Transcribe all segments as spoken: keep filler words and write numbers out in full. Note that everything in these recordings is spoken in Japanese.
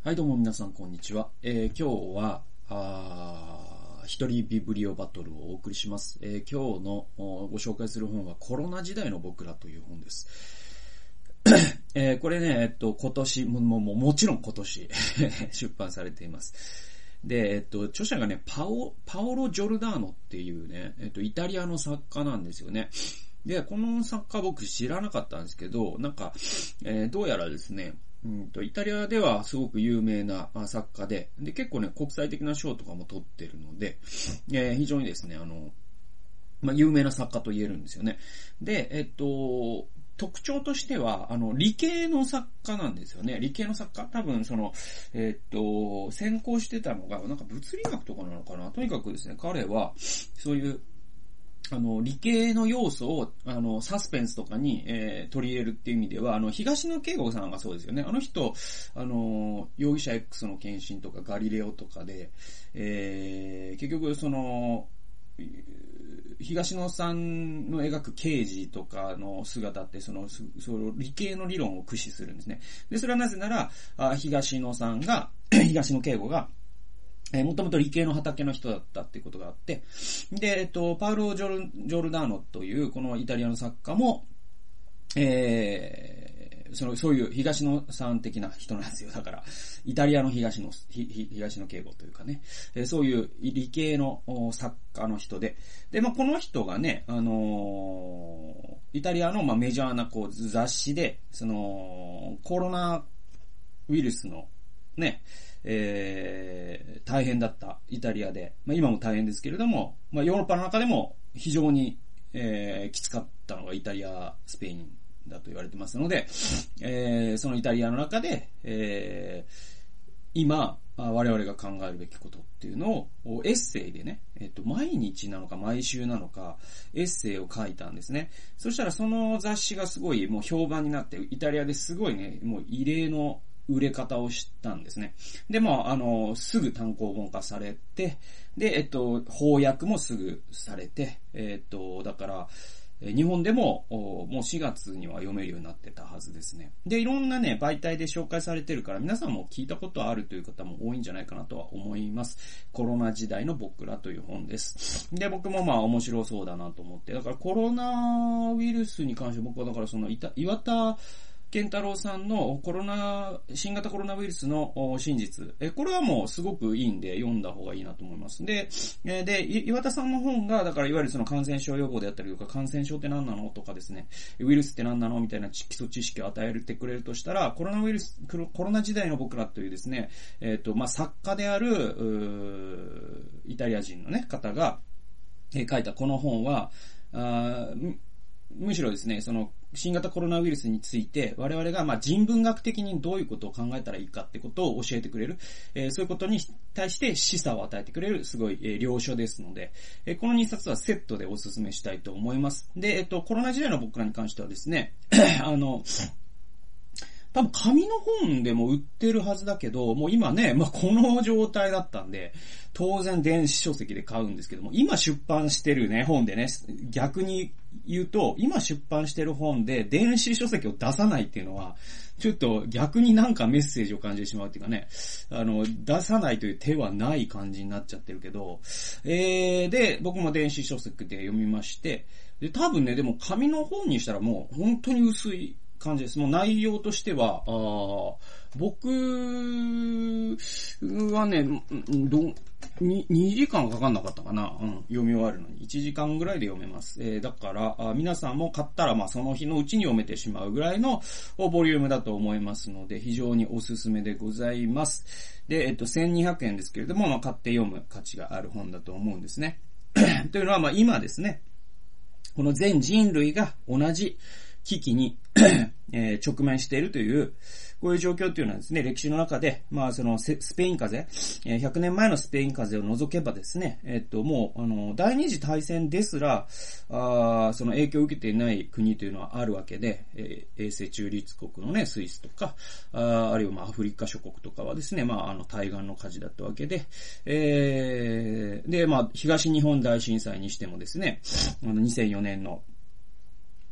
はい、どうも皆さんこんにちは。えー、今日は、あ一人ビブリオバトルをお送りします。えー、今日のご紹介する本はコロナ時代の僕らという本です。えー、これね、えっと、今年、も、も、も、もちろん今年出版されています。で、えっと、著者がね、パオ、パオロ・ジョルダーノっていうね、えっと、イタリアの作家なんですよね。で、この作家僕知らなかったんですけど、なんか、えー、どうやらですね、うんと、イタリアではすごく有名な作家で、で、結構ね、国際的な賞とかも取ってるので、えー、非常にですね、あの、まあ、有名な作家と言えるんですよね。で、えっと、特徴としては、あの、理系の作家なんですよね。理系の作家多分、その、えっと、専攻してたのが、なんか物理学とかなのかな。とにかくですね、彼は、そういう、あの、理系の要素を、あの、サスペンスとかに、えー、取り入れるっていう意味では、あの、東野圭吾さんがそうですよね。あの人、あの、容疑者 X の献身とか、ガリレオとかで、えー、結局、その、東野さんの描く刑事とかの姿って、その、その理系の理論を駆使するんですね。で、それはなぜなら、あ東野さんが、東野圭吾が、えー、もともと理系の畑の人だったっていうことがあって、で、えっと、パウロ・ジョル、ジョルダーノという、このイタリアの作家も、えー、その、そういう東野さん的な人なんですよ。だから、イタリアの東野、ひ東野圭吾というかね、えー、そういう理系の作家の人で、で、まあ、この人がね、あのー、イタリアの、まあ、メジャーな、こう、雑誌で、その、コロナウイルスの、ね、えー、大変だったイタリアで、まあ、今も大変ですけれども、まあ、ヨーロッパの中でも非常に、えー、きつかったのがイタリア、スペインだと言われてますので、えー、そのイタリアの中で、えー、今、我々が考えるべきことっていうのをエッセイでね、えっと、毎日なのか毎週なのか、エッセイを書いたんですね。そしたらその雑誌がすごいもう評判になって、イタリアですごいね、もう異例の売れ方をしたんですね。で、まあ、あの、すぐ単行本化されて、で、えっと、翻訳もすぐされて、えっと、だから、日本でも、もうしがつには読めるようになってたはずですね。で、いろんなね、媒体で紹介されてるから、皆さんも聞いたことあるという方も多いんじゃないかなとは思います。コロナ時代の僕らという本です。で、僕もまあ面白そうだなと思って、だからコロナウイルスに関して僕はだからその、岩田、健太郎さんのコロナ、新型コロナウイルスの真実。え、これはもうすごくいいんで読んだ方がいいなと思います。で、で、岩田さんの本が、だからいわゆるその感染症予防であったりとか、感染症って何なのとかですね、ウイルスって何なのみたいな基礎知識を与えてくれるとしたら、コロナウイルス、コロナ時代の僕らというですね、えっと、まあ、作家である、イタリア人のね、方が、え書いたこの本は、あむしろですね、その、新型コロナウイルスについて、我々がまあ人文学的にどういうことを考えたらいいかってことを教えてくれる、えー、そういうことに対して示唆を与えてくれる、すごい、えー、良書ですので、えー、このにさつはセットでお勧めしたいと思います。で、えっと、コロナ時代の僕らに関してはですね、あの、多分紙の本でも売ってるはずだけど、もう今ね、まあ、この状態だったんで、当然電子書籍で買うんですけども、今出版してるね、本でね、逆に言うと、今出版してる本で電子書籍を出さないっていうのは、ちょっと逆になんかメッセージを感じてしまうっていうかね、あの、出さないという手はない感じになっちゃってるけど、えー、で、僕も電子書籍で読みまして、で、多分ね、でも紙の本にしたらもう本当に薄い、感じです。もう内容としては、あ僕はね、ど、に、にじかんかかんなかったかな、うん、読み終わるのに。いちじかんぐらいで読めます。えー、だからあ、皆さんも買ったら、まあ、その日のうちに読めてしまうぐらいのボリュームだと思いますので、非常におすすめでございます。で、えっと、せんにひゃくえんですけれども、まあ、買って読む価値がある本だと思うんですね。というのは、まあ、今ですね、この全人類が同じ危機にえー、直面しているという、こういう状況っていうのはですね、歴史の中で、まあそのスペイン風邪、えー、ひゃくねんまえのスペイン風邪を除けばですね、えっともう、あの、第二次大戦ですら、あその影響を受けていない国というのはあるわけで、えー、永世中立国のね、スイスとか、あ, あるいはまあアフリカ諸国とかはですね、まああの対岸の火事だったわけで、えー、で、まあ東日本大震災にしてもですね、あのにせんよねんの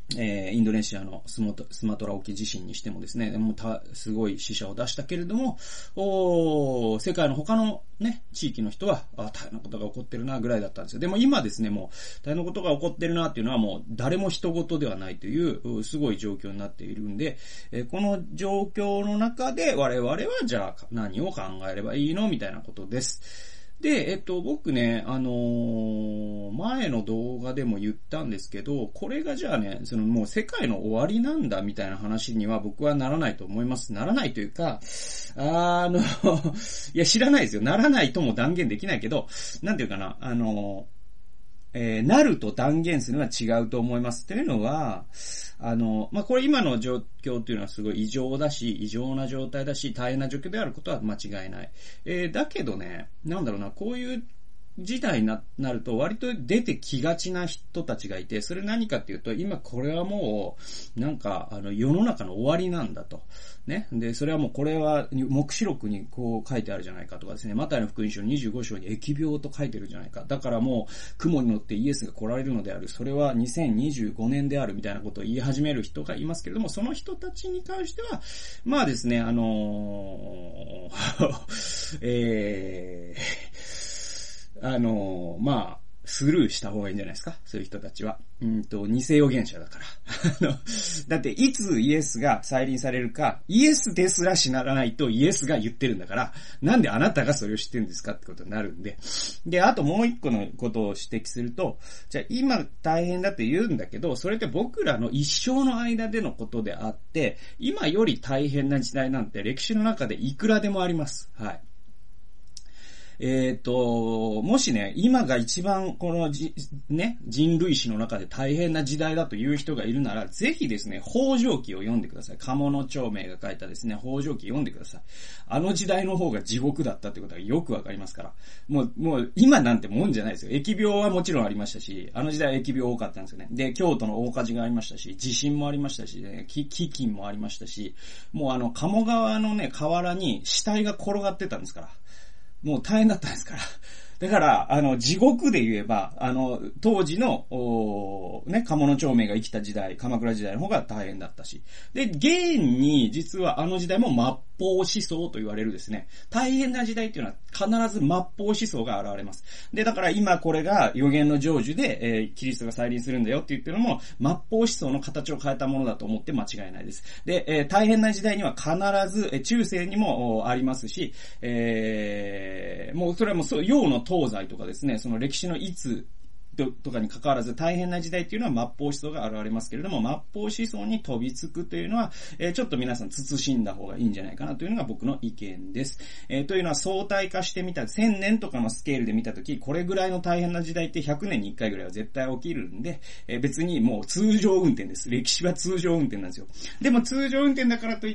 えー、インドネシアのスマト、スマトラ沖地震にしてもですね、もうた、すごい死者を出したけれども、お世界の他のね、地域の人は、あ、大変なことが起こってるな、ぐらいだったんですよ。でも今ですね、もう、大変なことが起こってるなっていうのはもう、誰も人事ではないという、すごい状況になっているんで、えー、この状況の中で我々はじゃあ何を考えればいいのみたいなことです。で、えっと、僕ね、あのー、前の動画でも言ったんですけど、これがじゃあね、そのもう世界の終わりなんだみたいな話には僕はならないと思います。ならないというか、あの、いや知らないですよ。ならないとも断言できないけど、なんていうかな、あのー、えー、なると断言するのは違うと思います。というのは、あの、まあ、これ今の状況というのはすごい異常だし、異常な状態だし、大変な状況であることは間違いない。えー、だけどね、なんだろうな、こういう事態に な, なると割と出てきがちな人たちがいて、それ何かっていうと、今これはもう、なんか、あの、世の中の終わりなんだと。ね。で、それはもうこれは、目視録にこう書いてあるじゃないかとかですね、マタイの福音書にじゅうご章に疫病と書いてるじゃないか。だからもう、雲に乗ってイエスが来られるのである。それはにせんにじゅうごねんであるみたいなことを言い始める人がいますけれども、その人たちに関しては、まあですね、あのー、えー、あのー、まあ、スルーした方がいいんじゃないですか、そういう人たちは。うんと、偽預言者だから。あの、だって、いつイエスが再臨されるか、イエスですら知らないとイエスが言ってるんだから、なんであなたがそれを知ってるんですかってことになるんで。で、あともう一個のことを指摘すると、じゃあ今大変だって言うんだけど、それって僕らの一生の間でのことであって、今より大変な時代なんて歴史の中でいくらでもあります。はい。えっと、もしね、今が一番このじ、ね、人類史の中で大変な時代だという人がいるなら、ぜひですね、北条記を読んでください。鴨の長明が書いたですね、北条記読んでください。あの時代の方が地獄だったってことがよくわかりますから。もう、もう、今なんてもんじゃないですよ。疫病はもちろんありましたし、あの時代は疫病多かったんですよね。で、京都の大火事がありましたし、地震もありましたし、ね、飢饉もありましたし、もうあの、鴨川のね、河原に死体が転がってたんですから。もう大変だったんですから。だから、あの、地獄で言えば、あの、当時の、おね、鴨の長明が生きた時代、鎌倉時代の方が大変だったし。で、現に、実はあの時代も末法思想と言われるですね、大変な時代っていうのは必ず末法思想が現れます。で、だから今これが予言の成就で、えー、キリストが再臨するんだよって言ってるのも、末法思想の形を変えたものだと思って間違いないです。で、えー、大変な時代には必ず、えー、中世にもありますし、えー、もうそれはもうそう、洋の東西とかですね、その歴史のいつとかに関わらず大変な時代っていうのは末法思想が現れますけれども、末法思想に飛びつくというのは、えー、ちょっと皆さん慎んだ方がいいんじゃないかなというのが僕の意見です。えー、というのは相対化してみた、せんねんとかのスケールで見たとき、これぐらいの大変な時代ってひゃくねんにいっかいぐらいは絶対起きるんで、えー、別にもう通常運転です。歴史は通常運転なんですよ。でも通常運転だからといって、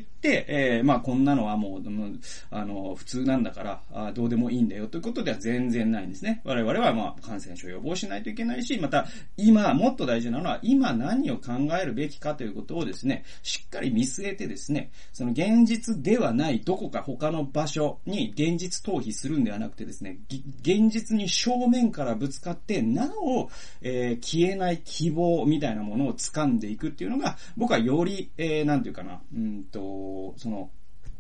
えー、まあこんなのはもう、あの、普通なんだから、あどうでもいいんだよということでは全然ないんですね。我々はまあ感染症予防しないといけないし、また今もっと大事なのは今何を考えるべきかということをですね、しっかり見据えてですね、その現実ではないどこか他の場所に現実逃避するんではなくてですね、現実に正面からぶつかってなお、えー、消えない希望みたいなものを掴んでいくっていうのが僕はより、えー、なんていうかな、うんとその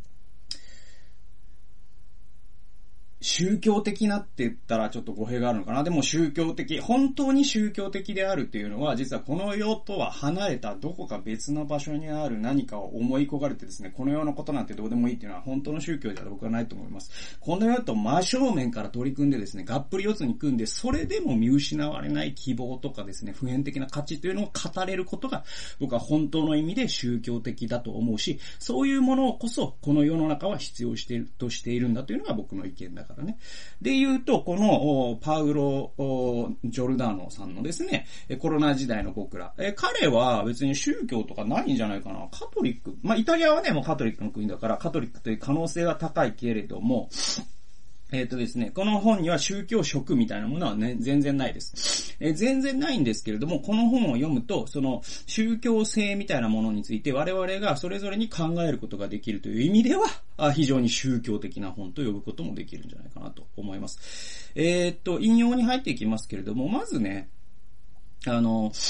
宗教的なって言ったらちょっと語弊があるのかな。でも宗教的、本当に宗教的であるっていうのは、実はこの世とは離れたどこか別の場所にある何かを思い焦がれてですね、この世のことなんてどうでもいいっていうのは本当の宗教では僕はないと思います。この世と真正面から取り組んでですね、がっぷり四つに組んで、それでも見失われない希望とかですね、普遍的な価値というのを語れることが、僕は本当の意味で宗教的だと思うし、そういうものこそこの世の中は必要しているとしているんだというのが僕の意見だから。で言うと、このパウロ・ジョルダーノさんのですね、コロナ時代の僕ら、え彼は別に宗教とかないんじゃないかな。カトリック、まあイタリアはね、もうカトリックの国だからカトリックという可能性は高いけれども、えっとですね、この本には宗教色みたいなものはね、全然ないです。えー、全然ないんですけれども、この本を読むと、その宗教性みたいなものについて我々がそれぞれに考えることができるという意味では、あ非常に宗教的な本と呼ぶこともできるんじゃないかなと思います。えー、っと、引用に入っていきますけれども、まずね、あの、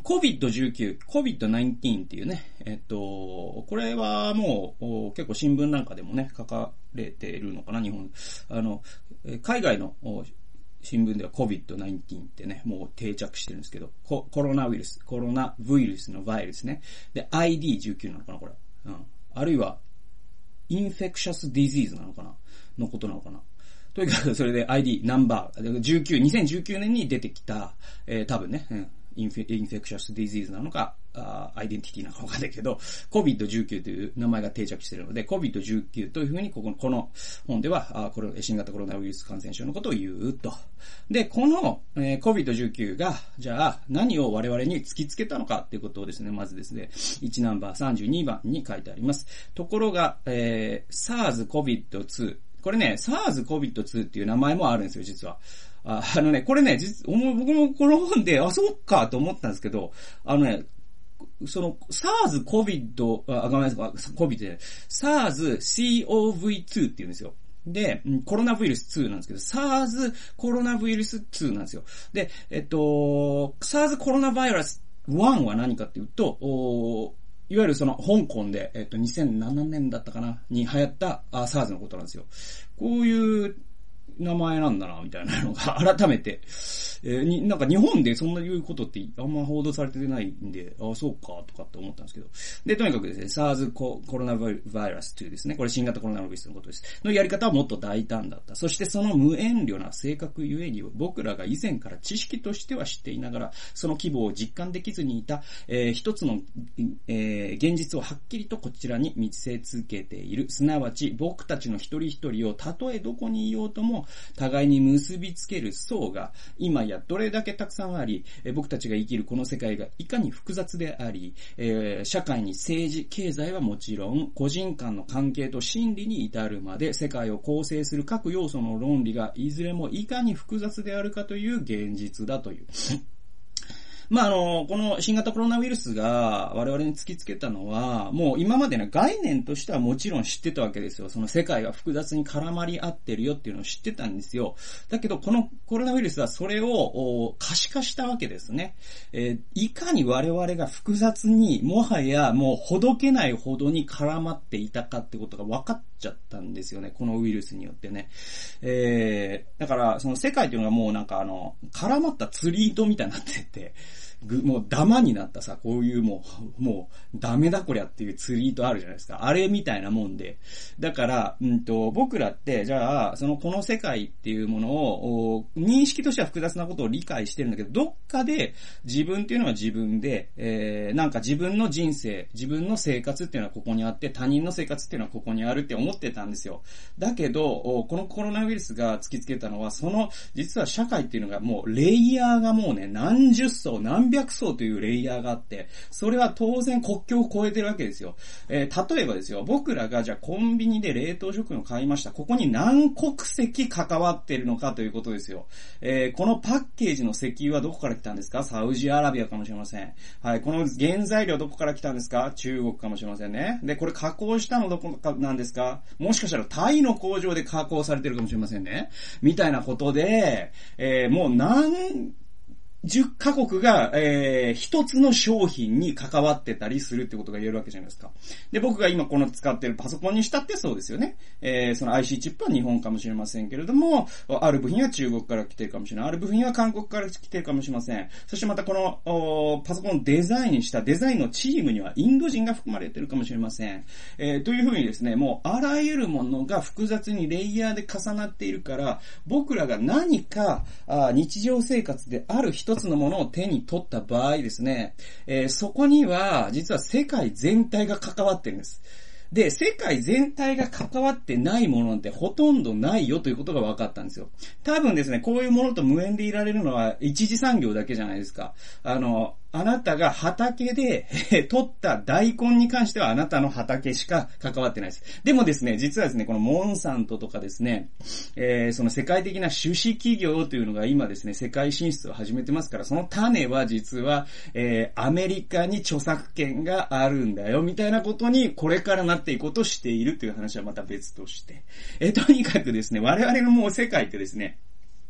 コビッドじゅうきゅう、コビッドじゅうきゅう っていうね、えっと、これはもう結構新聞なんかでもね、書かれているのかな、日本。あの、海外の新聞では コビッドじゅうきゅう ってね、もう定着してるんですけど、コ, コロナウイルス、コロナウイルスのバイルスね。で、アイディーじゅうきゅう なのかな、これ。うん。あるいは、インフェクシャスディジーズなのかなのことなのかな。とにかくそれで アイディー、ナンバー、じゅうきゅう、にせんじゅうきゅうねんに出てきた、えー、多分ね、うん、インフェ、インフェクシャスディジーズなのか、あアイデンティティなのかわかんないけど、コビッドじゅうきゅう という名前が定着しているので、コビッドじゅうきゅう というふうに、ここの、この本では、あこれ新型コロナウイルス感染症のことを言うと。で、この、えー、コビッドじゅうきゅう が、じゃあ、何を我々に突きつけたのかっていうことをですね、まずですね、いちナンバーさんじゅうにばんに書いてあります。ところが、えー、サーズコビッドツー。これね、サーズコビッドツー っていう名前もあるんですよ、実は。あ, あのね、これね、実、僕もこの本で、あ、そうかと思ったんですけど、あのね、その、サーズコビッド、あ、ごめんなさい、コビッドじゃない、サーズ シーオーブイツー って言うんですよ。で、コロナウイルスツーなんですけど、サーズ コロナウイルスツーなんですよ。で、えっと、サーズ コロナウイルスワンは何かっていうと、おいわゆるその香港で、えっと、にせんななねんだったかなに流行ったあ SARS のことなんですよ。こういう名前なんだな、みたいなのが改めて、えー、に、なんか日本でそんないうことってあんま報道されてないんで、あ、そうか、とかって思ったんですけど。で、とにかくですね、SARS コロナウイルスツーですね。これ新型コロナウイルスのことです。のやり方はもっと大胆だった。そしてその無遠慮な性格ゆえに、僕らが以前から知識としては知っていながら、その規模を実感できずにいた、えー、一つの、えー、現実をはっきりとこちらに見せつけている。すなわち、僕たちの一人一人をたとえどこにいようとも、互いに結びつける層が今やどれだけたくさんあり、僕たちが生きるこの世界がいかに複雑であり、えー、社会に政治、経済はもちろん、個人間の関係と心理に至るまで世界を構成する各要素の論理がいずれもいかに複雑であるかという現実だという。まあ、あの、この新型コロナウイルスが我々に突きつけたのは、もう今までの概念としてはもちろん知ってたわけですよ。その世界が複雑に絡まり合ってるよっていうのを知ってたんですよ。だけど、このコロナウイルスはそれを可視化したわけですね。えー、いかに我々が複雑に、もはやもうほどけないほどに絡まっていたかってことが分かっちゃったんですよね。このウイルスによってね。えー、だから、その世界っていうのがもうなんかあの、絡まった釣り糸みたいになってて、ぐ、もうダマになったさ、こういうもう、もうダメだこりゃっていう釣り糸あるじゃないですか。あれみたいなもんで。だから、うんと、僕らって、じゃあ、そのこの世界っていうものを、認識としては複雑なことを理解してるんだけど、どっかで自分っていうのは自分で、えー、なんか自分の人生、自分の生活っていうのはここにあって、他人の生活っていうのはここにあるって思ってたんですよ。だけど、このコロナウイルスが突きつけたのは、その、実は社会っていうのがもう、レイヤーがもうね、何十層、何百層というレイヤーがあって、それは当然国境を越えてるわけですよ。えー、例えばですよ、僕らがじゃあコンビニで冷凍食品を買いました。ここに何国籍関わってるのかということですよ。えー、このパッケージの石油はどこから来たんですか？サウジアラビアかもしれません。はい、この原材料どこから来たんですか？中国かもしれませんね。で、これ加工したのどこかなんですか？もしかしたらタイの工場で加工されてるかもしれませんね。みたいなことで、えー、もう何、じゅっカ国が、えー、一つの商品に関わってたりするってことが言えるわけじゃないですか。で、僕が今この使ってるパソコンにしたってそうですよね。えー、その アイシー チップは日本かもしれませんけれども、ある部品は中国から来てるかもしれない。ある部品は韓国から来てるかもしれません。そしてまたこの、パソコンをデザインしたデザインのチームにはインド人が含まれてるかもしれません。えー、というふうにですね、もうあらゆるものが複雑にレイヤーで重なっているから、僕らが何か、あ日常生活である一一つのものを手に取った場合ですね、えー、そこには実は世界全体が関わってるんです。で、世界全体が関わってないものなんてほとんどないよということが分かったんですよ。多分ですね、こういうものと無縁でいられるのは一次産業だけじゃないですか。あの、あなたが畑で取った大根に関してはあなたの畑しか関わってないです。でもですね、実はですね、このモンサントとかですね、えー、その世界的な種子企業というのが今ですね、世界進出を始めてますから、その種は実は、えー、アメリカに著作権があるんだよ、みたいなことにこれからなっていこうとしているという話はまた別として。えー、とにかくですね、我々のもう世界ってですね、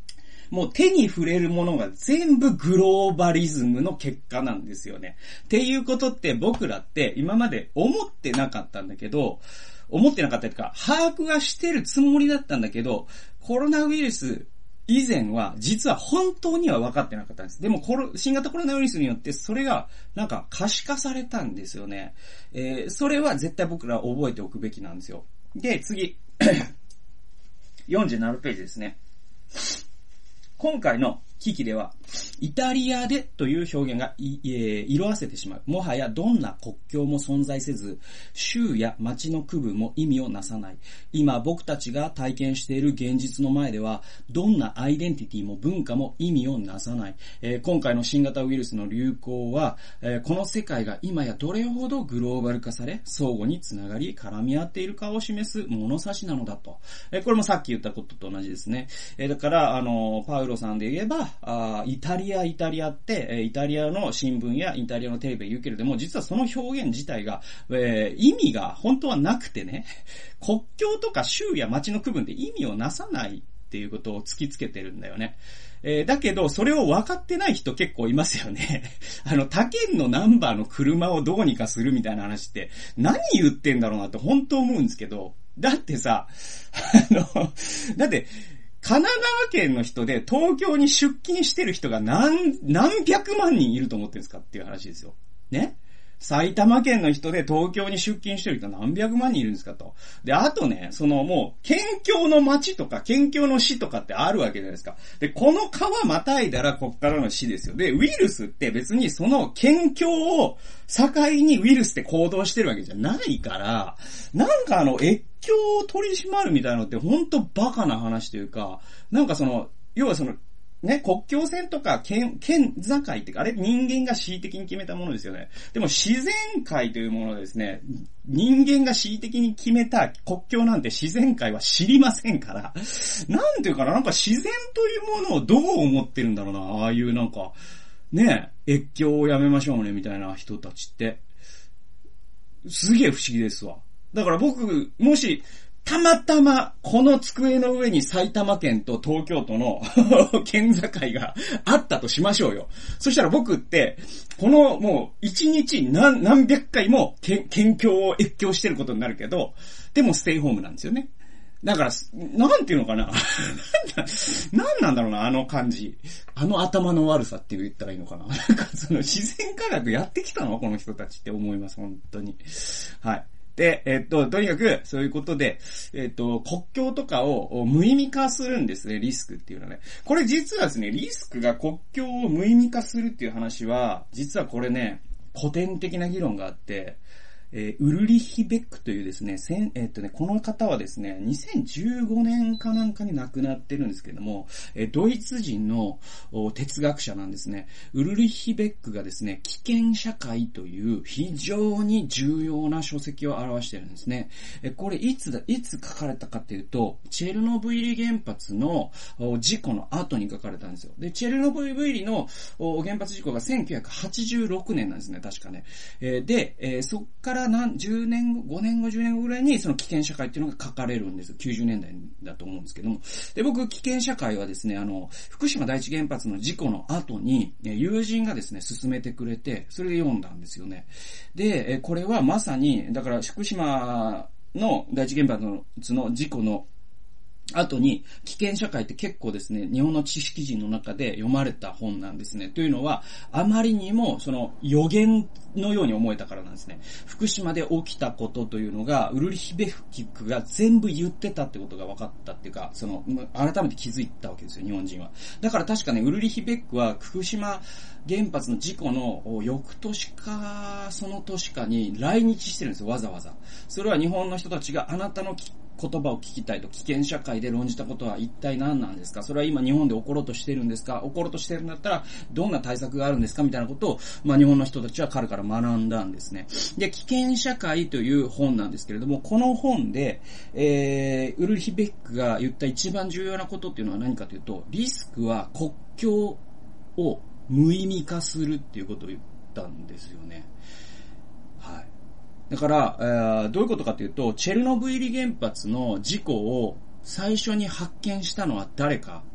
もう手に触れるものが全部グローバリズムの結果なんですよね。っていうことって僕らって今まで思ってなかったんだけど、思ってなかったというか、把握はしてるつもりだったんだけど、コロナウイルス以前は実は本当には分かってなかったんです。でもコロ新型コロナウイルスによってそれがなんか可視化されたんですよね。えー、それは絶対僕ら覚えておくべきなんですよ。で、次。よんじゅうななページですね。今回の危機では、イタリアでという表現がい、えー、色あせてしまう。もはやどんな国境も存在せず、州や町の区分も意味をなさない。今僕たちが体験している現実の前では、どんなアイデンティティも文化も意味をなさない。えー、今回の新型ウイルスの流行は、えー、この世界が今やどれほどグローバル化され、相互につながり、絡み合っているかを示す物差しなのだと。えー、これもさっき言ったことと同じですね。えー、だから、あの、パウロさんで言えば、あイタリア、イタリアって、イタリアの新聞やイタリアのテレビで言うけれども、実はその表現自体が、えー、意味が本当はなくてね、国境とか州や町の区分って意味をなさないっていうことを突きつけてるんだよね。えー、だけど、それを分かってない人結構いますよね。あの、他県のナンバーの車をどうにかするみたいな話って、何言ってんだろうなって本当思うんですけど、だってさ、あの、だって、神奈川県の人で東京に出勤してる人が何、何百万人いると思ってるんですかっていう話ですよ。ね？埼玉県の人で東京に出勤してる人何百万人いるんですかと。で、あとね、そのもう、県境の町とか県境の市とかってあるわけじゃないですか。で、この川またいだらこっからの市ですよ。で、ウイルスって別にその県境を境にウイルスって行動してるわけじゃないから、なんかあの、越境を取り締まるみたいなのってほんとバカな話というか、なんかその、要はその、ね、国境線とか県、県境っていうか、あれ人間が恣意的に決めたものですよね。でも自然界というものですね、人間が恣意的に決めた国境なんて自然界は知りませんから、なんていうかな、なんか自然というものをどう思ってるんだろうな、ああいうなんか、ね、越境をやめましょうね、みたいな人たちって。すげえ不思議ですわ。だから僕、もし、たまたま、この机の上に埼玉県と東京都の県境があったとしましょうよ。そしたら僕って、このもう一日何、何百回も県、県境を越境してることになるけど、でもステイホームなんですよね。だから、なんていうのかななんなんだろうな、あの感じ。あの頭の悪さって言ったらいいのかななんかその自然科学やってきたのこの人たちって思います、本当に。はい。で、えっと、とにかく、そういうことで、えっと、国境とかを無意味化するんですね、リスクっていうのはね。これ実はですね、リスクが国境を無意味化するっていう話は、実はこれね、古典的な議論があって、えー、ウルリッヒ・ベックというですね、せんえー、っとね、この方はですね、にせんじゅうごねんかなんかに亡くなってるんですけども、えー、ドイツ人の哲学者なんですね。ウルリッヒ・ベックがですね、危険社会という非常に重要な書籍を表してるんですね。えー、これいつだ、いつ書かれたかっていうと、チェルノブイリ原発の事故の後に書かれたんですよ。で、チェルノブイリの原発事故がせんきゅうひゃくはちじゅうろくねんなんですね、確かね。えー、で、えー、そっから何、じゅうねんご、ごねんご、じゅうねんごぐらいにその危険社会っていうのが書かれるんですよ。きゅうじゅうねんだいだと思うんですけども。で、僕、危険社会はですね、あの、福島第一原発の事故の後に、友人がですね、進めてくれて、それで読んだんですよね。で、これはまさに、だから福島の第一原発の事故の後に、危険社会って結構ですね、日本の知識人の中で読まれた本なんですね。というのは、あまりにも、その、予言のように思えたからなんですね。福島で起きたことというのが、ウルリヒ・ベックが全部言ってたってことが分かったっていうか、その、改めて気づいたわけですよ、日本人は。だから確かね、ウルリヒ・ベックは、福島原発の事故の翌年か、その年かに来日してるんですよ、わざわざ。それは日本の人たちがあなたの言葉を聞きたいと、危険社会で論じたことは一体何なんですか、それは今日本で起ころうとしてるんですか、起ころうとしてるんだったらどんな対策があるんですかみたいなことを、まあ日本の人たちは彼から学んだんですね。で、危険社会という本なんですけれども、この本で、えー、ウルリヒ・ベックが言った一番重要なことっていうのは何かというと、リスクは国境を無意味化するっていうことを言ったんですよね。はい。だから、えー、どういうことかというと、チェルノブイリ原発の事故を最初に発見したのは誰か、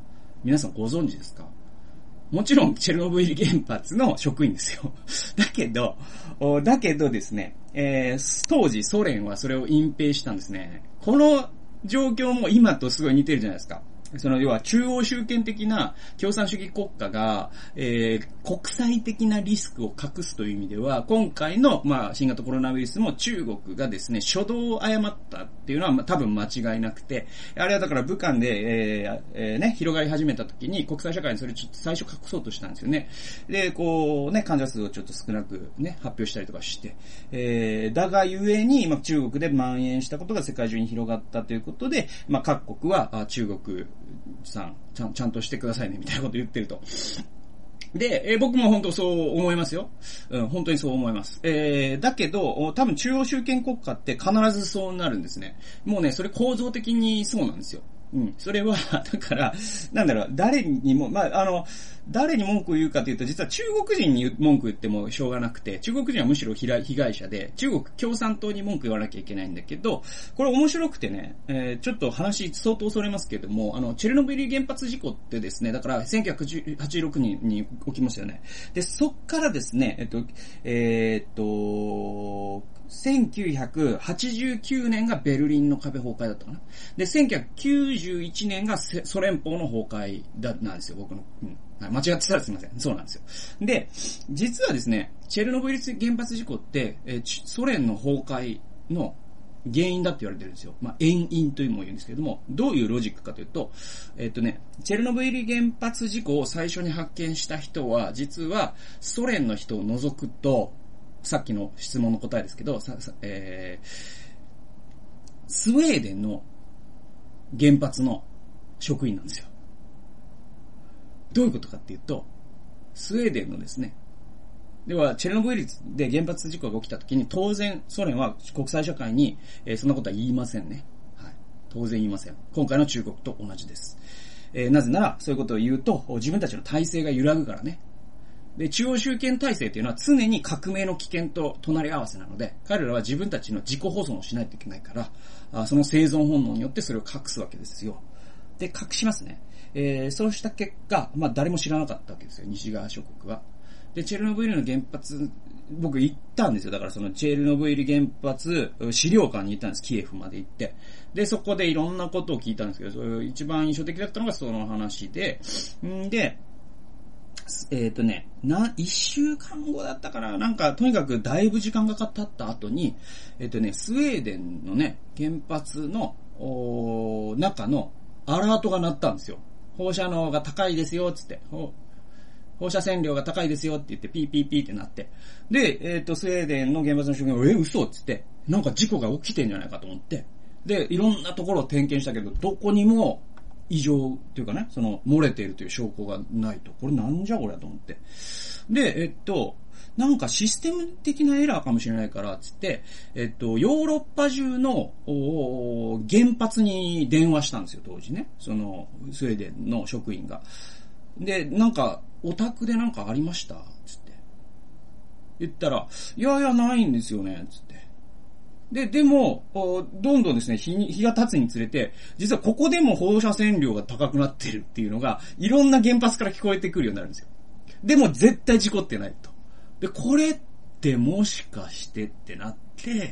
皆さんご存知ですか？もちろん、チェルノブイリ原発の職員ですよ。だけど、だけどですね、えー、当時ソ連はそれを隠蔽したんですね。この状況も今とすごい似てるじゃないですか。その要は中央集権的な共産主義国家が、えー、国際的なリスクを隠すという意味では、今回の、まあ、新型コロナウイルスも中国がですね、初動を誤ったっていうのは、まあ、多分間違いなくて、あれはだから武漢で、えーえー、ね、広がり始めた時に国際社会にそれちょっと最初隠そうとしたんですよね。で、こうね、患者数をちょっと少なくね、発表したりとかして、えー、だがゆえに、まあ、中国で蔓延したことが世界中に広がったということで、まあ、各国は中国さんちゃん、ちゃんとしてくださいねみたいなこと言ってると。で、えー、僕も本当そう思いますよ。うん、本当にそう思います。えー、だけど、多分中央集権国家って必ずそうなるんですね。もうね、それ構造的にそうなんですよ。うん。それは、だから、なんだろう、誰にも、まあ、あの、誰に文句を言うかというと、実は中国人に文句言ってもしょうがなくて、中国人はむしろ被害者で、中国共産党に文句言わなきゃいけないんだけど、これ面白くてね、えー、ちょっと話相当恐れますけれども、あの、チェルノブイリ原発事故ってですね、だからせんきゅうひゃくはちじゅうろくねんに起きましたよね。で、そっからですね、えっと、えー、っと、せんきゅうひゃくはちじゅうきゅうねんがベルリンの壁崩壊だったかな。で、せんきゅうひゃくきゅうじゅういちねんがソ連邦の崩壊だ、なんですよ、僕の。うんはい、間違ってたらすいません。そうなんですよ。で、実はですね、チェルノブイリ原発事故って、えー、ソ連の崩壊の原因だって言われてるんですよ。まあ、遠因というも言うんですけれども、どういうロジックかというと、えっとね、チェルノブイリ原発事故を最初に発見した人は、実はソ連の人を除くと、さっきの質問の答えですけど、ささえー、スウェーデンの原発の職員なんですよ。どういうことかっていうと、スウェーデンのですね、では、チェルノブイリで原発事故が起きたときに、当然、ソ連は国際社会に、えー、そんなことは言いませんね。はい。当然言いません。今回の中国と同じです。えー、なぜなら、そういうことを言うと、自分たちの体制が揺らぐからね。で、中央集権体制というのは常に革命の危険と隣り合わせなので、彼らは自分たちの自己保存をしないといけないから、あその生存本能によってそれを隠すわけですよ。で、隠しますね。えー、そうした結果、まあ誰も知らなかったわけですよ、西側諸国は。で、チェルノブイリの原発、僕行ったんですよ。だからそのチェルノブイリ原発資料館に行ったんです。キエフまで行って。で、そこでいろんなことを聞いたんですけど、それ一番印象的だったのがその話で、んで、えっとね、な、一週間後だったから、なんか、とにかくだいぶ時間が経った後に、えっとね、スウェーデンのね、原発の、お中のアラートが鳴ったんですよ。放射能が高いですよ、つって。放射線量が高いですよって言って、ピーピーピーってなって。で、えっと、スウェーデンの原発の職員が、え、嘘っつって、なんか事故が起きてんじゃないかと思って。で、いろんなところを点検したけど、どこにも、異常っていうかね、その漏れているという証拠がないと。これなんじゃこれと思って。で、えっと、なんかシステム的なエラーかもしれないから、つって、えっと、ヨーロッパ中の原発に電話したんですよ、当時ね。その、スウェーデンの職員が。で、なんか、お宅でなんかありましたつって。言ったら、いやいや、ないんですよね、つって。で、でも、どんどんですね、日に、日が経つにつれて、実はここでも放射線量が高くなってるっていうのが、いろんな原発から聞こえてくるようになるんですよ。でも絶対事故ってないと。で、これってもしかしてってなって、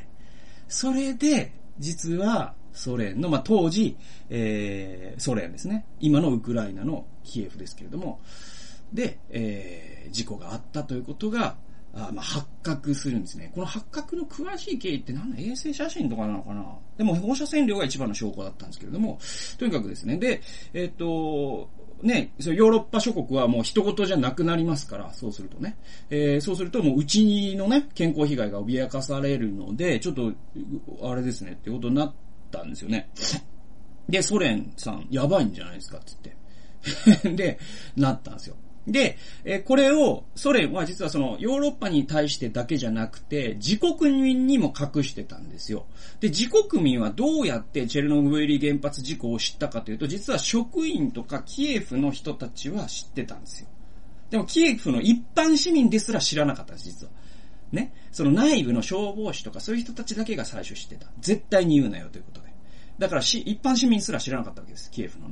それで、実はソ連の、まあ、当時、えー、ソ連ですね。今のウクライナのキエフですけれども、で、えー、事故があったということが、あまあ、発覚するんですね。この発覚の詳しい経緯って何だ衛星写真とかなのかな。でも放射線量が一番の証拠だったんですけれども、とにかくですね。で、えっと、ね、そのヨーロッパ諸国はもう人事じゃなくなりますから、そうするとね。えー、そうするともううちのね、健康被害が脅かされるので、ちょっと、あれですね、ってことになったんですよね。で、ソ連さん、やばいんじゃないですか、つって。で、なったんですよ。で、えー、これを、ソ連は実はその、ヨーロッパに対してだけじゃなくて、自国民にも隠してたんですよ。で、自国民はどうやってチェルノブイリ原発事故を知ったかというと、実は職員とかキエフの人たちは知ってたんですよ。でも、キエフの一般市民ですら知らなかったんです、実は。ね。その内部の消防士とかそういう人たちだけが最初知ってた。絶対に言うなよということで。だからし、一般市民すら知らなかったわけです、キエフのね。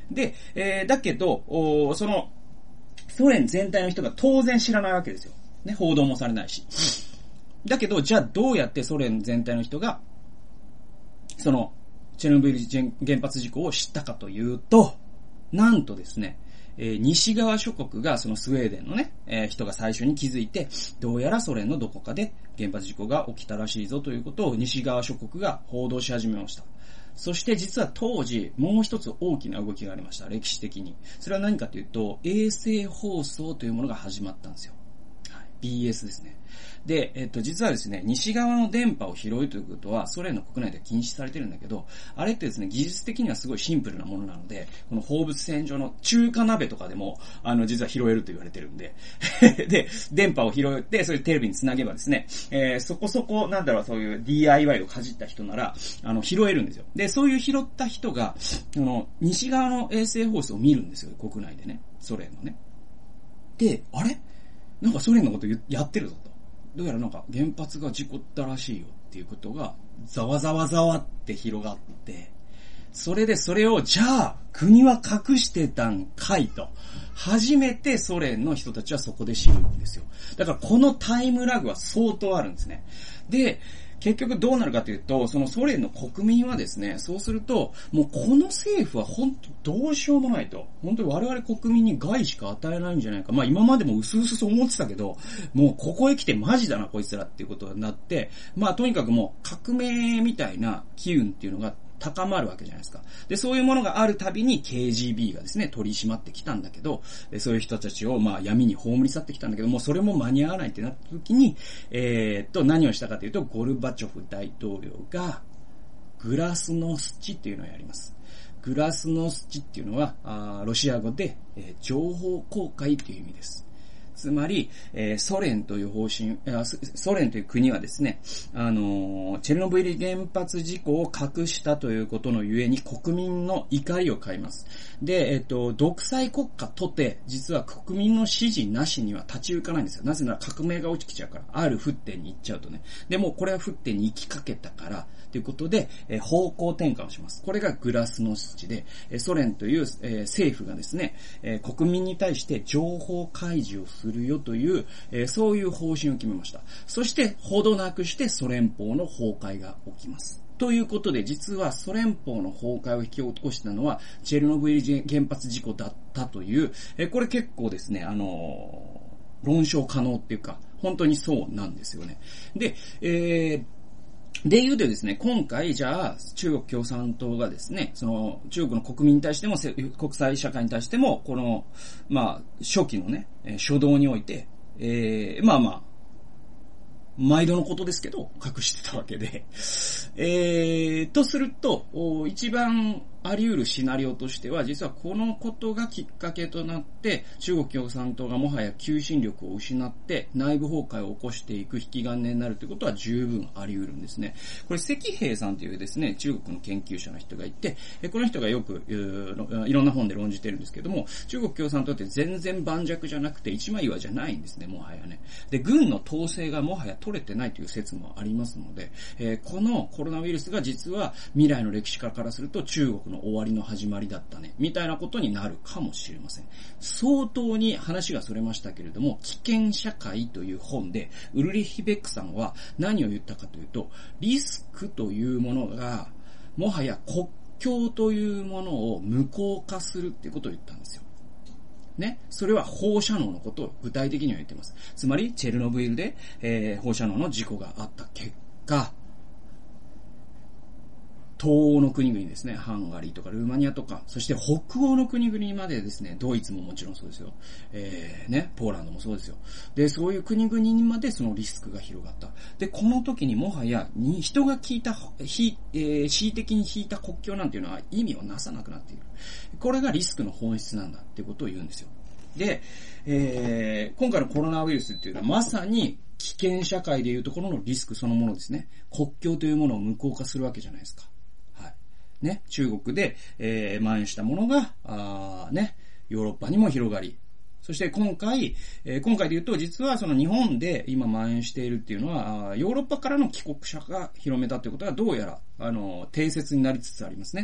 で、えー、だけど、おその、ソ連全体の人が当然知らないわけですよ。ね、報道もされないし。だけど、じゃあどうやってソ連全体の人が、その、チェルノブイリ原発事故を知ったかというと、なんとですね、えー、西側諸国がそのスウェーデンのね、えー、人が最初に気づいて、どうやらソ連のどこかで原発事故が起きたらしいぞということを西側諸国が報道し始めました。そして実は当時、もう一つ大きな動きがありました。歴史的に。それは何かというと、衛星放送というものが始まったんですよ。はい、ビーエス ですね。で、えっと、実はですね、西側の電波を拾うということは、ソ連の国内では禁止されてるんだけど、あれってですね、技術的にはすごいシンプルなものなので、この放物線上の中華鍋とかでも、あの、実は拾えると言われてるんで、で、電波を拾って、それでテレビにつなげばですね、えー、そこそこ、なんだろう、そういう ディーアイワイ をかじった人なら、あの、拾えるんですよ。で、そういう拾った人が、あの、西側の衛星放送を見るんですよ、国内でね。ソ連のね。で、あれなんかソ連のことやってるぞと。どうやらなんか原発が事故ったらしいよっていうことがざわざわざわって広がって、それでそれをじゃあ国は隠してたんかいと、初めてソ連の人たちはそこで知るんですよ。だからこのタイムラグは相当あるんですね。で、結局どうなるかというと、そのソ連の国民はですね、そうすると、もうこの政府は本当どうしようもないと。本当に我々国民に害しか与えないんじゃないか。まあ今までも薄々そう思ってたけど、もうここへ来てマジだなこいつらっていうことになって、まあとにかくもう革命みたいな機運っていうのが高まるわけじゃないですか。で、そういうものがあるたびに ケージービー がですね、取り締まってきたんだけど、そういう人たちをまあ闇に葬り去ってきたんだけども、それも間に合わないってなった時に、えー、っと、何をしたかというと、ゴルバチョフ大統領が、グラスノスチっていうのをやります。グラスノスチっていうのは、あロシア語で、えー、情報公開っていう意味です。つまり、えー、ソ連という方針、ソ連という国はですね、あのー、チェルノブイリ原発事故を隠したということのゆえに国民の怒りを買います。で、えっと、独裁国家とて、実は国民の支持なしには立ち行かないんですよ。なぜなら革命が起きちゃうから、ある沸点に行っちゃうとね。でも、これは沸点に行きかけたから、ということで、えー、方向転換をします。これがグラスノスチで、えー、ソ連という、えー、政府がですね、えー、国民に対して情報開示をするよという、えー、そういう方針を決めました。そして、ほどなくしてソ連邦の崩壊が起きます。ということで、実はソ連邦の崩壊を引き起こしたのは、チェルノブイリ原発事故だったという、えー、これ結構ですね、あのー、論証可能っていうか、本当にそうなんですよね。で、えー、で言うとですね、今回じゃあ中国共産党がですね、その中国の国民に対しても国際社会に対してもこのまあ初期のね初動において、えー、まあまあ毎度のことですけど隠してたわけで、えー、とすると一番あり得るシナリオとしては、実はこのことがきっかけとなって、中国共産党がもはや求心力を失って内部崩壊を起こしていく引き金になるということは十分あり得るんですね。これ石平さんというですね、中国の研究者の人がいて、この人がよくいろんな本で論じてるんですけども、中国共産党って全然盤石じゃなくて一枚岩じゃないんですね、もはやね。で、軍の統制がもはや取れてないという説もありますので、えー、このコロナウイルスが実は未来の歴史家からすると中国の終わりの始まりだったね、みたいなことになるかもしれません。相当に話がそれましたけれども、危険社会という本でウルリヒベックさんは何を言ったかというと、リスクというものがもはや国境というものを無効化するっていうことを言ったんですよ。ね。それは放射能のことを具体的には言っています。つまり、チェルノブイリで、えー、放射能の事故があった結果、東欧の国々ですね、ハンガリーとかルーマニアとか、そして北欧の国々までですね、ドイツももちろんそうですよ。えー、ね、ポーランドもそうですよ。で、そういう国々にまでそのリスクが広がった。で、この時にもはや、に人が聞いた、ひ、えー、恣意的に引いた国境なんていうのは意味をなさなくなっている。これがリスクの本質なんだっていうことを言うんですよ。で、えー、今回のコロナウイルスっていうのはまさに危険社会でいうところのリスクそのものですね。国境というものを無効化するわけじゃないですか。ね、中国で、えー、蔓延したものが、あね、ヨーロッパにも広がり、そして今回、えー、今回で言うと、実はその日本で今蔓延しているっていうのは、ヨーロッパからの帰国者が広めたということは、どうやら、あの、定説になりつつありますね。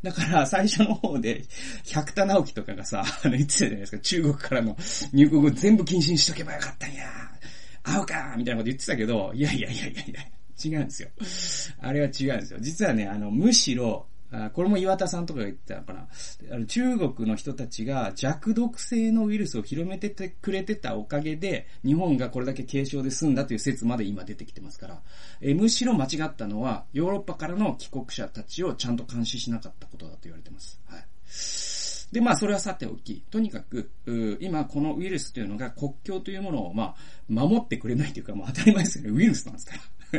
だから最初の方で百田直樹とかがさ、あの言ってたじゃないですか、中国からの入国を全部禁止にしとけばよかったんや。会うかみたいなこと言ってたけど、いやいやいやいやいや、違うんですよ。あれは違うんですよ。実はね、あの、むしろ、あこれも岩田さんとかが言ってたのかな。あの中国の人たちが弱毒性のウイルスを広めててくれてたおかげで、日本がこれだけ軽症で済んだという説まで今出てきてますから、えむしろ間違ったのは、ヨーロッパからの帰国者たちをちゃんと監視しなかったことだと言われてます。はい。で、まあ、それはさておき、とにかく、今、このウイルスというのが国境というものを、まあ、守ってくれないというか、もう当たり前ですよね。ウイルスなんですから。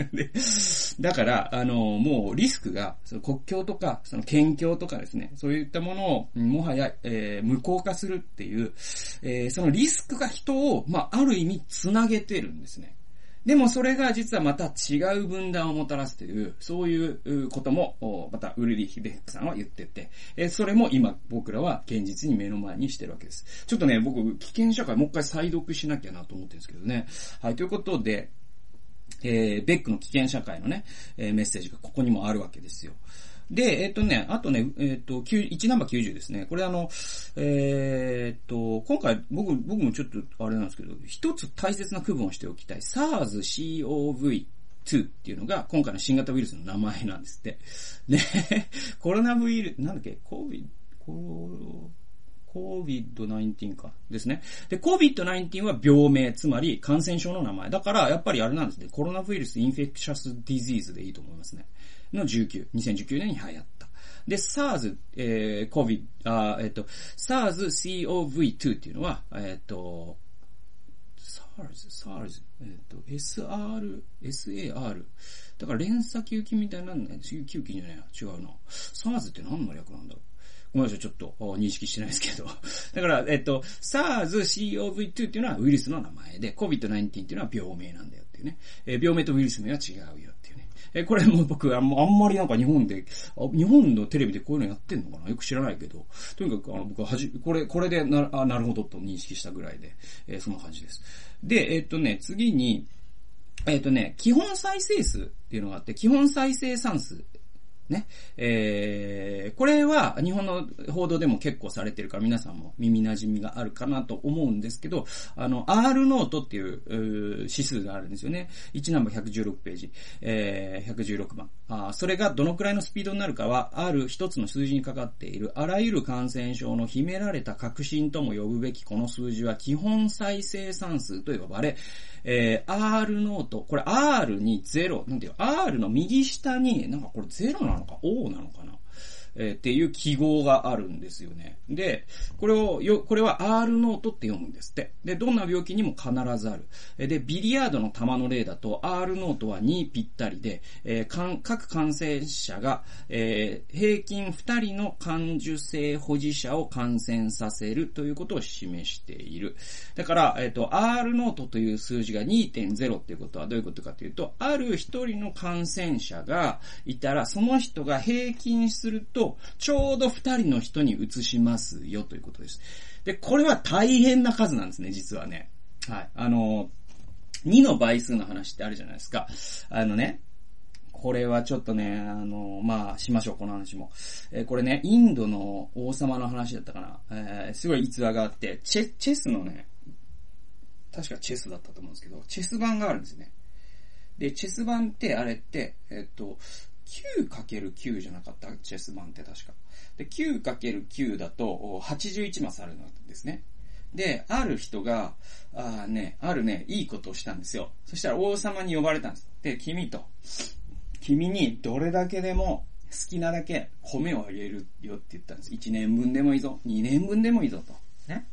で、だから、あの、もうリスクが、その国境とか、その県境とかですね、そういったものを、もはや、えー、無効化するっていう、えー、そのリスクが人を、まあ、ある意味、つなげてるんですね。でもそれが実はまた違う分断をもたらすという、そういうことも、またウルリヒ・ベックさんは言ってて、それも今僕らは現実に目の前にしてるわけです。ちょっとね、僕、危険社会もう一回再読しなきゃなと思ってるんですけどね。はい、ということで、えー、ベックの危険社会のね、えー、メッセージがここにもあるわけですよ。で、えっとね、あとね、えっと、いちナンバーきゅうじゅうですね。これあの、えー、っと、今回僕、僕もちょっとあれなんですけど、一つ大切な区分をしておきたい。SARS-シーオーブイツー っていうのが今回の新型ウイルスの名前なんですって。で、コロナウイルス、なんだっけ、コビ、ココービッドナインティーン か。ですね。で、コービッドナインティーン は病名、つまり感染症の名前。だから、やっぱりあれなんですね。コロナウイルスインフェクシャスディジーズでいいと思いますね。のじゅうきゅう、にせんじゅうきゅうねんに流行った。で、SARS、えー、COVID、あえっ、ー、と、SARS-シーオーブイツー っていうのは、えっ、ー、と、SARS、SARS、えっ、ー、と、エスアール、エスエーアール。だから連鎖球菌みたいなんだね。球菌じゃないな。違うな。SARS って何の略なんだろう。ごめんなさい、ちょっと認識してないですけど。だから、えっと、SARS-シーオーブイツー っていうのはウイルスの名前で、コービッドナインティーン っていうのは病名なんだよっていうね。えー、病名とウイルス名は違うよっていうね。えー、これも僕はあんまりなんか日本で、日本のテレビでこういうのやってんのかなよく知らないけど。とにかくあの僕ははじ、これ、これでな、あ、なるほどと認識したぐらいで、えー、そんな感じです。で、えっとね、次に、えっとね、基本再生数っていうのがあって、基本再生産数。ね。えー、これは日本の報道でも結構されてるから皆さんも耳馴染みがあるかなと思うんですけど、あの、R ノートっていう、う指数があるんですよね。いちナンバーひゃくじゅうろくページ、えー、ひゃくじゅうろくばん。あそれがどのくらいのスピードになるかは、ある一つの数字にかかっているあらゆる感染症の秘められた革新とも呼ぶべきこの数字は基本再生産数と呼ばれ、えー、R ノート、これ R にゼロ、なんていう、R の右下に、なんかこれゼロなのか O なのかなえー、っていう記号があるんですよね。で、これをよ、これは R ノートって読むんですって。で、どんな病気にも必ずある。で、ビリヤードの球の例だと R ノートはにぴったりで、えー、各感染者が、えー、平均ふたりの感受性保持者を感染させるということを示している。だから、えっと、R ノートという数字が にてんゼロ っていうことはどういうことかというと、ある一人の感染者がいたら、その人が平均すると、ちょうど二人の人に移しますよということです。で、これは大変な数なんですね、実はね。はい。あの、にの倍数の話ってあるじゃないですか。あのね、これはちょっとね、あの、まあ、しましょう、この話も。えー、これね、インドの王様の話だったかな。えー、すごい逸話があって、チェ、チェスのね、確かチェスだったと思うんですけど、チェス盤があるんですね。で、チェス盤ってあれって、えっと、きゅうかけるきゅう じゃなかったチェス盤って確か。で、きゅうかけるきゅう だとはちじゅういちマスあるんですね。で、ある人が、あね、あるね、いいことをしたんですよ。そしたら王様に呼ばれたんです。で、君と、君にどれだけでも好きなだけ米をあげるよって言ったんです。いちねんぶんでもいいぞ。にねんぶんでもいいぞと。ね。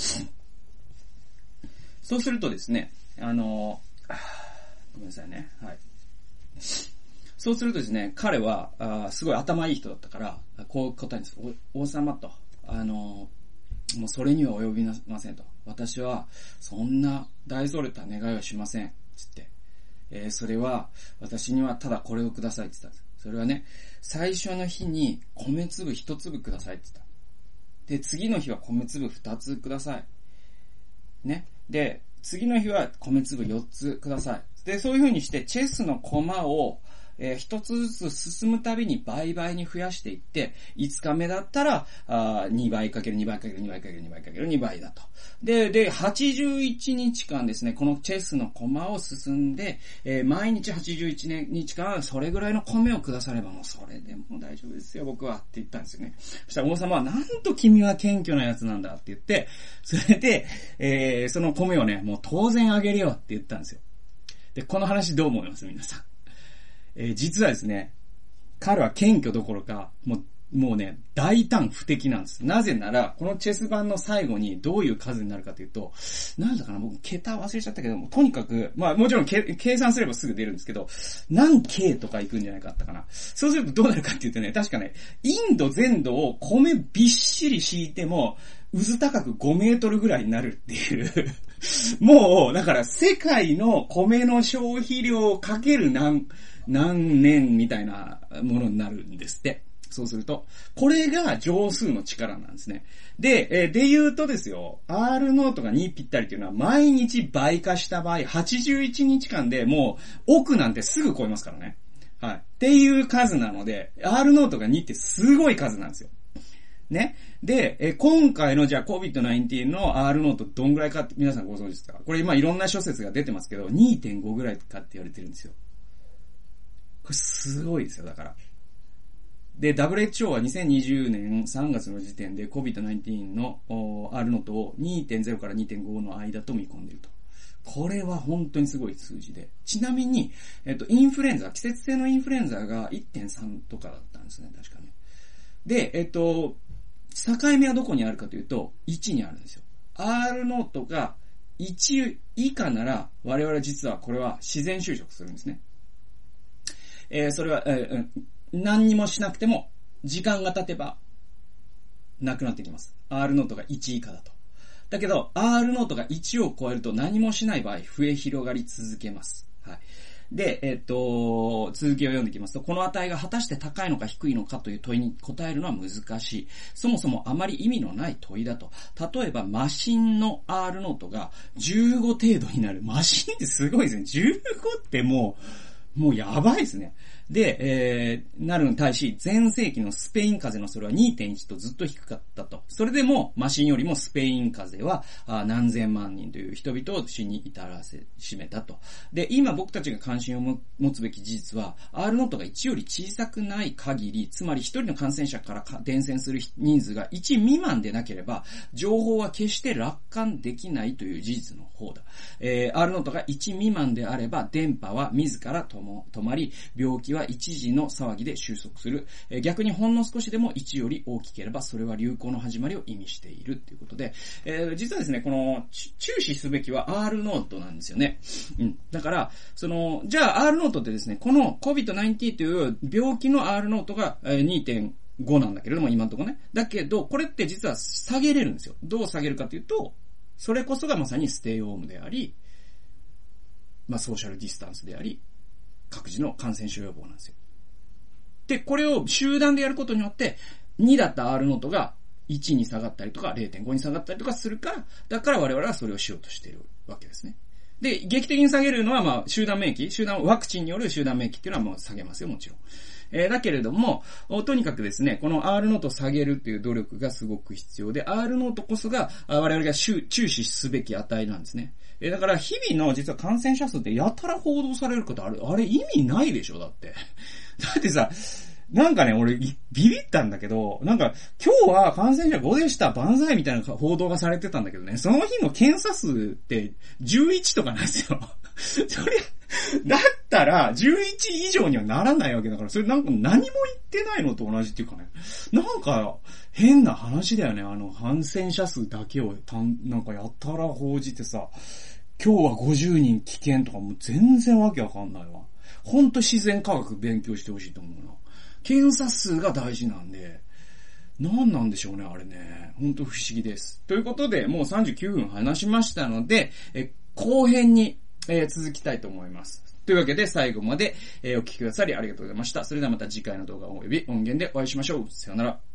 そうするとですね、あの、ごめんなさいね。はい。そうするとですね、彼は、あすごい頭いい人だったから、こう答えるんです。王様と、あの、もうそれには及びませんと。私は、そんな大それた願いはしません。つって。えー、それは、私にはただこれをくださいって言ったんです。それはね、最初の日に米粒一粒くださいって言った。で、次の日は米粒二つください。ね。で、次の日は米粒四つください。で、そういう風にして、チェスの駒を、 えー、一つずつ進むたびに倍々に増やしていって、いつかめだったら、あにばいかけるにばいかけるにばいかけるにばいかけるにばいだと。で、で、はちじゅういちにちかんですね、このチェスの駒を進んで、えー、毎日はちじゅういちにちかん、それぐらいの米をくださればもうそれでもう大丈夫ですよ、僕はって言ったんですよね。そしたら王様は、なんと君は謙虚なやつなんだって言って、それで、えー、その米をね、もう当然あげるよって言ったんですよ。で、この話どう思います皆さん。えー、実はですね、彼は謙虚どころか、もう、もうね、大胆不敵なんです。なぜなら、このチェス盤の最後にどういう数になるかというと、なんだかな、僕、桁忘れちゃったけども、とにかく、まあもちろん計算すればすぐ出るんですけど、何 K とかいくんじゃないかったかな。そうするとどうなるかっていうとね、確かね、インド全土を米びっしり敷いても、渦高くごメートルぐらいになるっていう。もう、だから世界の米の消費量かける何、何年みたいなものになるんですって。そうすると、これが乗数の力なんですね。で、えー、で言うとですよ、R ノートがにぴったりっていうのは毎日倍化した場合、はちじゅういちにちかんでもう億なんてすぐ超えますからね。はい。っていう数なので、R ノートがにってすごい数なんですよ。ね。で、え、今回のじゃあ コビッドナインティーン の R ノートどんぐらいかって皆さんご存知ですか？これ今いろんな諸説が出てますけど、にてんご ぐらいかって言われてるんですよ。これすごいですよ、だから。で、ダブリューエイチオー はにせんにじゅうねんさんがつの時点で コビッドナインティーン の R ノートを にてんゼロ から にてんご の間と見込んでいると。これは本当にすごい数字で。ちなみに、えっと、インフルエンザ、季節性のインフルエンザが いってんさん とかだったんですね、確かね。で、えっと、境目はどこにあるかというと、いちにあるんですよ。R ノートがいち以下なら、我々実はこれは自然収縮するんですね。えー、それは、えー、何にもしなくても、時間が経てば、なくなってきます。R ノートがいち以下だと。だけど、R ノートがいちを超えると何もしない場合、増え広がり続けます。はい。で、えっと、続きを読んでいきますと、この値が果たして高いのか低いのかという問いに答えるのは難しい。そもそもあまり意味のない問いだと。例えば、マシンの R ノートがじゅうご程度になる。マシンってすごいですね。じゅうごってもう、もうやばいですね。で、えー、なるのに対し、前世紀のスペイン風邪のそれは にてんいち とずっと低かったと。それでも、マシンよりもスペイン風邪はあ何千万人という人々を死に至らせしめたと。で、今僕たちが関心を持つべき事実は、R ノートがいちより小さくない限り、つまりひとりの感染者から伝染する人数がいち未満でなければ、情報は決して楽観できないという事実の方だ。えー、R ノートがいち未満であれば、電波は自ら止まり、病気は一時の騒ぎで収束する。えー、逆にほんの少しでもいちより大きければ、それは流行の始まりを意味しているということで、えー、実はですね、この、注視すべきは R ノートなんですよね。うん。だから、その、じゃあ R ノートってですね、この コビッドナインティーン という病気の R ノートが にてんご なんだけれども、今のところね。だけど、これって実は下げれるんですよ。どう下げるかというと、それこそがまさにステイホームであり、まあソーシャルディスタンスであり、各自の感染症予防なんですよ。で、これを集団でやることによって、にだった R ノートがいちに下がったりとか れいてんご に下がったりとかするから、だから我々はそれをしようとしているわけですね。で、劇的に下げるのは、まあ、集団免疫、集団、ワクチンによる集団免疫っていうのはもう下げますよ、もちろん。えー、だけれども、とにかくですね、この R ノートを下げるっていう努力がすごく必要で、R ノートこそが我々が注視すべき値なんですね。えー、だから日々の実は感染者数ってやたら報道されることあれ、あれ意味ないでしょ、だって。だってさ、なんかね、俺、ビビったんだけど、なんか、今日は感染者ごでした、万歳みたいな報道がされてたんだけどね、その日の検査数ってじゅういちとかなんですよ。それ、だったら、じゅういち以上にはならないわけだから、それなんか何も言ってないのと同じっていうかね、なんか、変な話だよね、あの、感染者数だけをたん、なんかやたら報じてさ、今日はごじゅうにん危険とかもう全然わけわかんないわ。ほんと自然科学勉強してほしいと思うな。検査数が大事なんで、何なんでしょうね、あれね。ほんと不思議です。ということで、もうさんじゅうきゅうふん話しましたので、え後編に、えー、続きたいと思います。というわけで、最後まで、えー、お聞きくださりありがとうございました。それではまた次回の動画及び音源でお会いしましょう。さよなら。